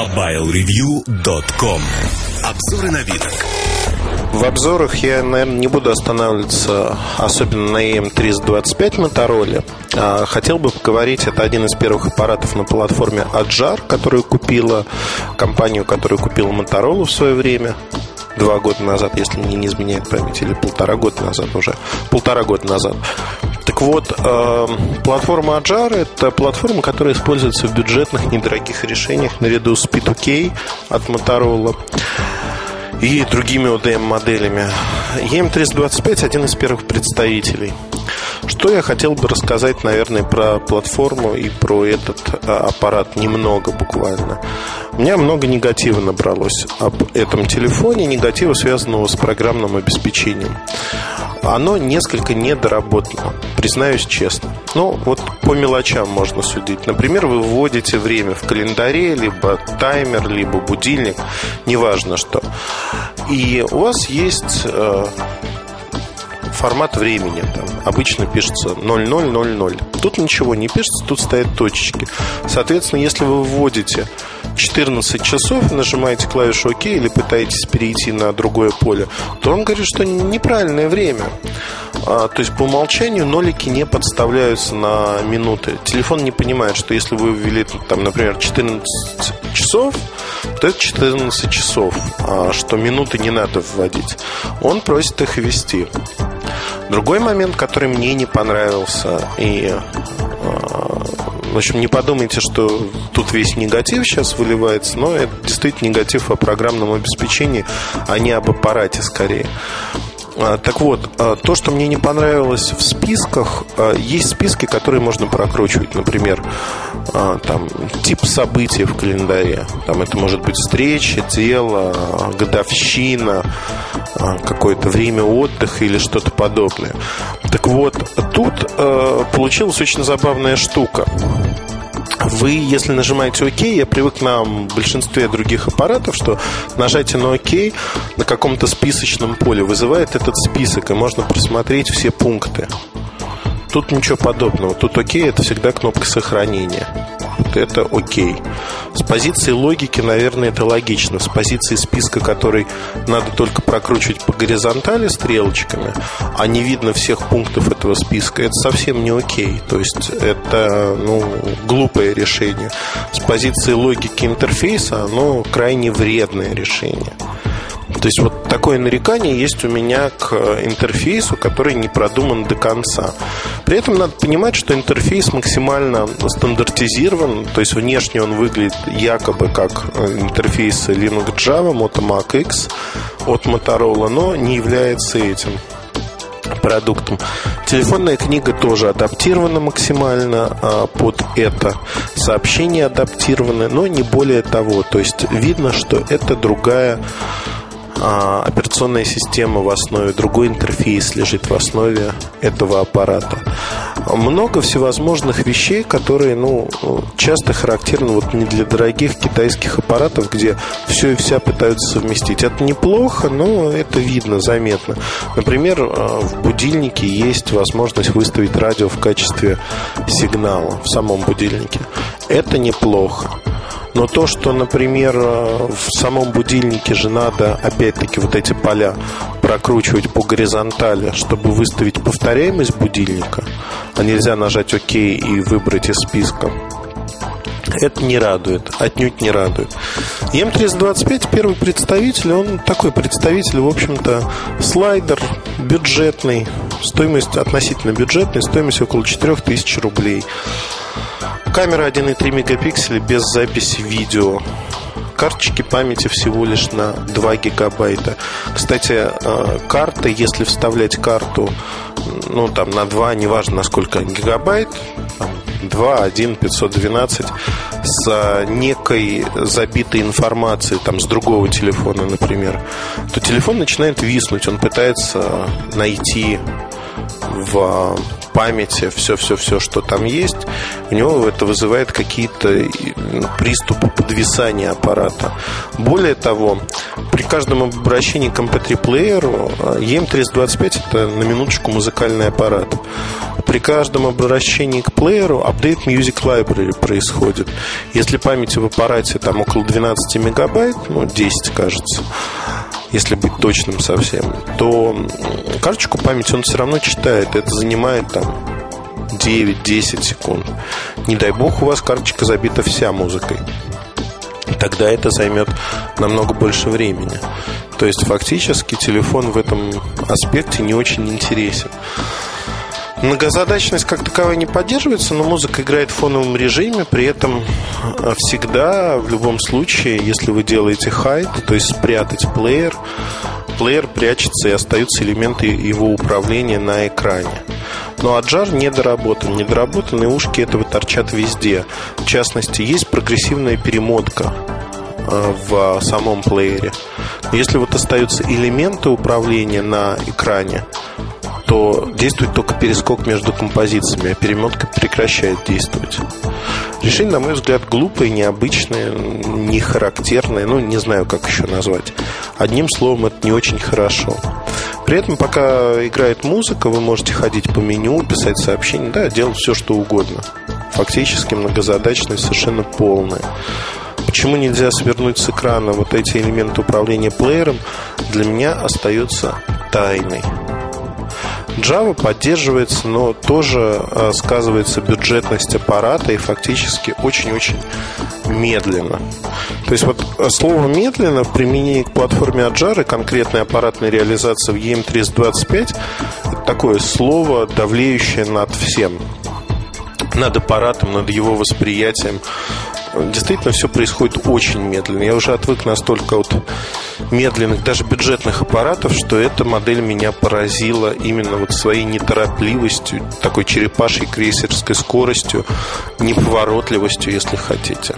MobileReview.com. Обзоры новинок. В обзорах я, наверное, не буду останавливаться особенно на EM325 Motorola. Хотел бы поговорить, это один из первых аппаратов на платформе Ajar, которую купила компанию, которую купила Motorola в свое время. 2 года назад, если мне не изменяет память, или 1,5 года назад уже. 1,5 года назад. Так вот, платформа Ajar — это платформа, которая используется в бюджетных, недорогих решениях наряду с P2K от Motorola и другими ODM-моделями. EM325 — один из первых представителей. Что я хотел бы рассказать, наверное, про платформу и про этот аппарат немного буквально. У меня много негатива набралось об этом телефоне, негатива, связанного с программным обеспечением. Оно несколько недоработано, признаюсь честно. Ну, вот по мелочам можно судить. Например, вы вводите время в календаре, либо таймер, либо будильник, неважно что. И у вас есть формат времени, там обычно пишется 0000. Тут ничего не пишется, тут стоят точечки. Соответственно, если вы вводите 14 часов, нажимаете клавишу ОК или пытаетесь перейти на другое поле, то он говорит, что неправильное время. То есть по умолчанию нолики не подставляются на минуты. Телефон не понимает, что если вы ввели, там, например, 14 часов, то это 14 часов, а что минуты не надо вводить. Он просит их ввести. Другой момент, который мне не понравился, и, в общем, не подумайте, что тут весь негатив сейчас выливается, но это действительно негатив о программном обеспечении, а не об аппарате скорее. Так вот, то, что мне не понравилось в списках, есть списки, которые можно прокручивать. Например, там, тип событий в календаре. Там это может быть встреча, дело, годовщина, какое-то время отдыха или что-то подобное. Так вот, тут получилась очень забавная штука. Вы, если нажимаете ОК, я привык на большинстве других аппаратов, что нажатие на ОК на каком-то списочном поле вызывает этот список, и можно просмотреть все пункты. Тут ничего подобного. Тут ОК — это всегда кнопка сохранения. Вот это ОК. С позиции логики, наверное, это логично. С позиции списка, который надо только прокручивать по горизонтали стрелочками, а не видно всех пунктов этого списка, это совсем не ОК. То есть это, глупое решение. С позиции логики интерфейса оно крайне вредное решение. То есть вот такое нарекание есть у меня к интерфейсу, который не продуман до конца. При этом надо понимать, что интерфейс максимально стандартизирован. То есть внешне он выглядит якобы как интерфейс Linux Java, Motomac X от Motorola, но не является этим продуктом. Телефонная книга тоже адаптирована максимально под это. Сообщения адаптированы, но не более того. То есть видно, что это другая операционная система в основе, другой интерфейс лежит в основе этого аппарата. Много всевозможных вещей, которые, часто характерны вот не для дорогих китайских аппаратов, где все и вся пытаются совместить. Это неплохо, но это видно, заметно. Например, в будильнике есть возможность выставить радио в качестве сигнала в самом будильнике. Это неплохо. Но то, что, например, в самом будильнике же надо, опять-таки, вот эти поля прокручивать по горизонтали, чтобы выставить повторяемость будильника, а нельзя нажать ОК и выбрать из списка, это не радует, отнюдь не радует. EM325 первый представитель, он такой представитель, в общем-то, слайдер бюджетный, стоимость относительно бюджетная, стоимость около 4000 рублей. Камера 1,3 мегапикселя без записи видео. Карточки памяти всего лишь на 2 гигабайта. Кстати, карта, если вставлять карту на 2, неважно на сколько гигабайт, 2, 1, 512, с некой забитой информацией, с другого телефона, например, то телефон начинает виснуть. Он пытается найти в памяти все, что там есть, у него это вызывает какие-то приступы подвисания аппарата. Более того, при каждом обращении к MP3-плееру EM325 – это на минуточку музыкальный аппарат. При каждом обращении к плееру Update Music Library происходит. Если памяти в аппарате там около 12 мегабайт, 10, кажется, если быть точным совсем, то карточку памяти он все равно читает. Это занимает там 9-10 секунд. Не дай бог у вас карточка забита вся музыкой. Тогда это займет намного больше времени. То есть фактически телефон в этом аспекте не очень интересен. Многозадачность как таковая не поддерживается, но музыка играет в фоновом режиме. При этом всегда, в любом случае, если вы делаете хайд, то есть спрятать плеер прячется и остаются элементы его управления на экране. Но Аджар недоработанные ушки этого торчат везде. В частности, есть прогрессивная перемотка в самом плеере. Если вот остаются элементы управления на экране, то действует только перескок между композициями, а перемотка прекращает действовать. Решение, на мой взгляд, глупое, необычное, не характерное, не знаю, как еще назвать. Одним словом, это не очень хорошо. При этом, пока играет музыка, вы можете ходить по меню, писать сообщения, делать все, что угодно. Фактически многозадачность совершенно полная. Почему нельзя свернуть с экрана вот эти элементы управления плеером, для меня остается тайной. Java поддерживается, но тоже сказывается бюджетность аппарата и фактически очень-очень медленно. То есть вот слово «медленно» в применении к платформе Ajar и конкретной аппаратной реализации в EM325 – это такое слово, давлеющее над всем. Над аппаратом, над его восприятием. Действительно, все происходит очень медленно. Я уже отвык настолько от медленных, даже бюджетных аппаратов, что эта модель меня поразила именно вот своей неторопливостью, такой черепашьей крейсерской скоростью, неповоротливостью, если хотите.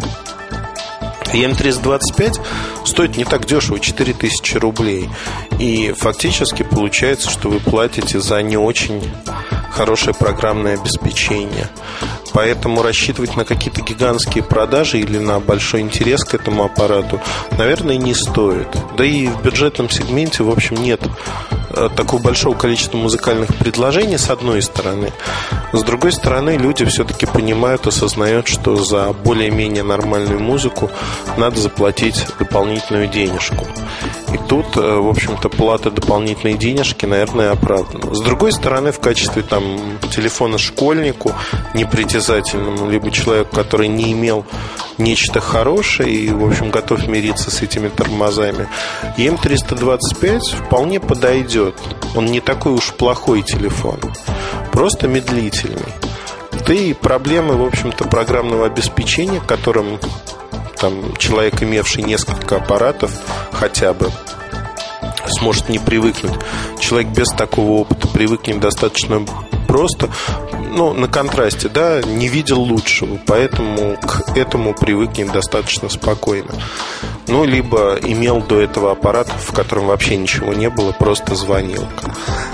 EM325 стоит не так дешево, 4000 рублей. И фактически получается, что вы платите за не очень хорошее программное обеспечение. Поэтому рассчитывать на какие-то гигантские продажи или на большой интерес к этому аппарату, наверное, не стоит. Да и в бюджетном сегменте, в общем, нет такого большого количества музыкальных предложений, с одной стороны. С другой стороны, люди все-таки понимают, осознают, что за более-менее нормальную музыку надо заплатить дополнительную денежку. И тут, в общем-то, плата дополнительной денежки, наверное, оправдана. С другой стороны, в качестве телефона школьнику, непритязательному, либо человеку, который не имел нечто хорошее и, в общем, готов мириться с этими тормозами, EM325 вполне подойдет. Он не такой уж плохой телефон, просто медлительный. Да и проблемы, в общем-то, программного обеспечения, к которым человек, имевший несколько аппаратов, хотя бы сможет не привыкнуть. Человек без такого опыта привыкнет достаточно просто, на контрасте, не видел лучшего, поэтому к этому привыкнет достаточно спокойно. Либо имел до этого аппарат, в котором вообще ничего не было, просто звонилка.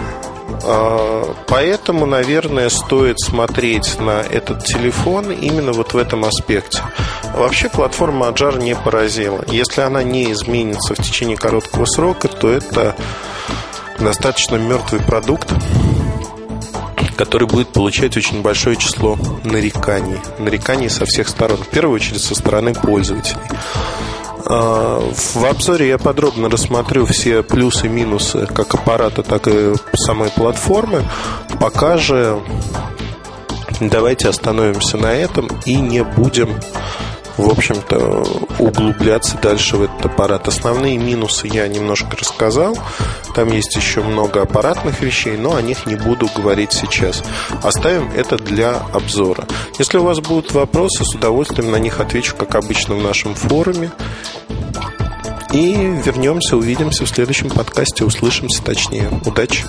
Поэтому, наверное, стоит смотреть на этот телефон именно вот в этом аспекте. Вообще платформа Ajar не поразила. Если она не изменится в течение короткого срока, то это достаточно мертвый продукт, который будет получать очень большое число нареканий со всех сторон. В первую очередь со стороны пользователей. В обзоре я подробно рассмотрю все плюсы и минусы как аппарата, так и самой платформы. Пока же давайте остановимся на этом и не будем, в общем-то, углубляться дальше в этот аппарат. Основные минусы я немножко рассказал. Там есть еще много аппаратных вещей, но о них не буду говорить сейчас. Оставим это для обзора. Если у вас будут вопросы, с удовольствием на них отвечу, как обычно, в нашем форуме. И вернемся, увидимся в следующем подкасте. Услышимся точнее. Удачи!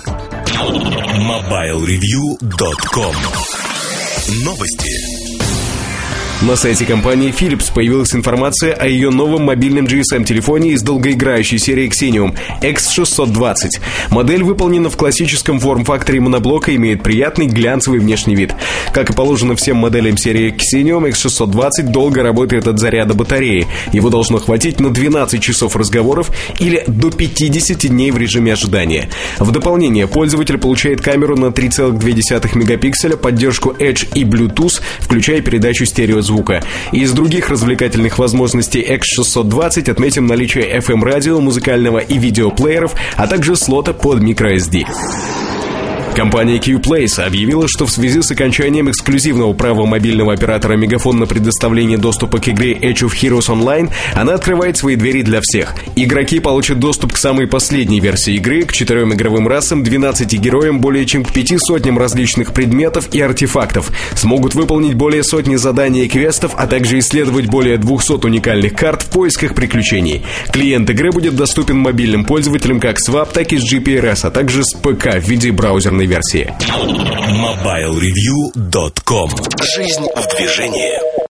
MobileReview.com. Новости. На сайте компании Philips появилась информация о ее новом мобильном GSM-телефоне из долгоиграющей серии Xenium X620. Модель выполнена в классическом форм-факторе моноблока и имеет приятный глянцевый внешний вид. Как и положено всем моделям серии Xenium, X620 долго работает от заряда батареи. Его должно хватить на 12 часов разговоров или до 50 дней в режиме ожидания. В дополнение пользователь получает камеру на 3,2 мегапикселя, поддержку Edge и Bluetooth, включая передачу стереозвука. Из других развлекательных возможностей X620 отметим наличие FM-радио, музыкального и видеоплееров, а также слота под microSD. Компания Qplace объявила, что в связи с окончанием эксклюзивного права мобильного оператора Мегафон на предоставление доступа к игре Age of Heroes Online, она открывает свои двери для всех. Игроки получат доступ к самой последней версии игры, к 4 игровым расам, 12 героям, более чем к 500 различных предметов и артефактов, смогут выполнить более сотни заданий и квестов, а также исследовать более 200 уникальных карт в поисках приключений. Клиент игры будет доступен мобильным пользователям как с WAP, так и с GPRS, а также с ПК в виде браузерной версии. MobileReview.com. Жизнь в движении.